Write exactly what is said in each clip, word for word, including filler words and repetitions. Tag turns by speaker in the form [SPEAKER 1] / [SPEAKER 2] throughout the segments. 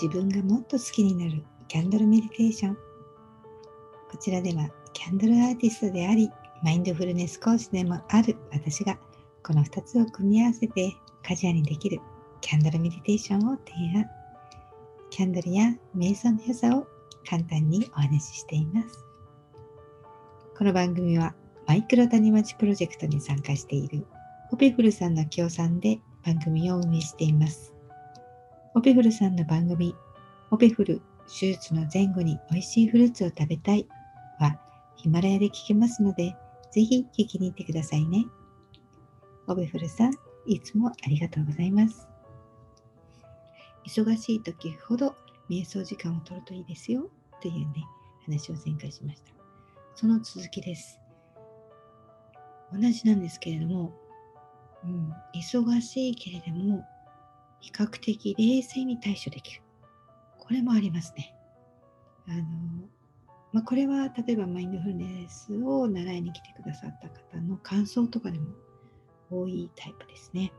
[SPEAKER 1] 自分がもっと好きになるキャンドルメディテーション。こちらではキャンドルアーティストであり、マインドフルネス講師でもある私が、このふたつを組み合わせてカジュアルにできるキャンドルメディテーションを提案。キャンドルや瞑想の良さを簡単にお話ししています。この番組はマイクロ谷町プロジェクトに参加しているオペフルさんの協賛で番組を運営しています。オペフルさんの番組、オペフル手術の前後に美味しいフルーツを食べたいはヒマラヤで聞けますので、ぜひ聞きに行ってくださいね。オペフルさん、いつもありがとうございます。忙しい時ほど瞑想時間を取るといいですよというね、話を前回しました。その続きです。同じなんですけれども、うん、忙しいけれども比較的冷静に対処できる。これもありますね。あの、まあ、これは例えばマインドフルネスを習いに来てくださった方の感想とかでも多いタイプですね。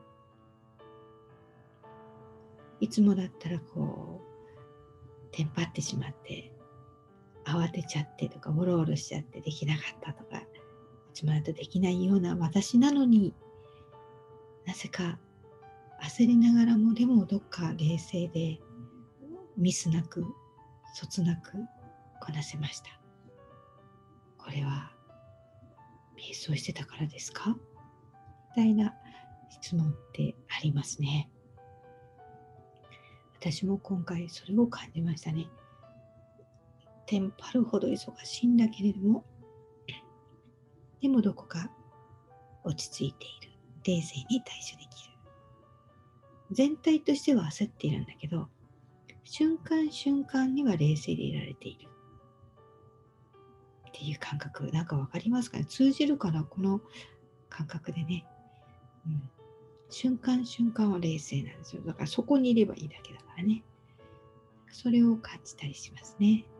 [SPEAKER 1] いつもだったらこうテンパってしまって慌てちゃってとかオロオロしちゃってできなかったとか、いつもだとできないような私なのに、なぜか焦りながらもでもどっか冷静でミスなくそつなくこなせました。これは瞑想してたからですか？みたいな質問ってありますね。私も今回それを感じましたね。テンパるほど忙しいんだけれども、でもどこか落ち着いている。冷静に対処できる。全体としては焦っているんだけど、瞬間瞬間には冷静でいられている。っていう感覚、なんかわかりますかね？通じるかな、この感覚でね。うん、瞬間瞬間は冷静なんですよ。だからそこにいればいいだけだからね。それを感じたりしますね。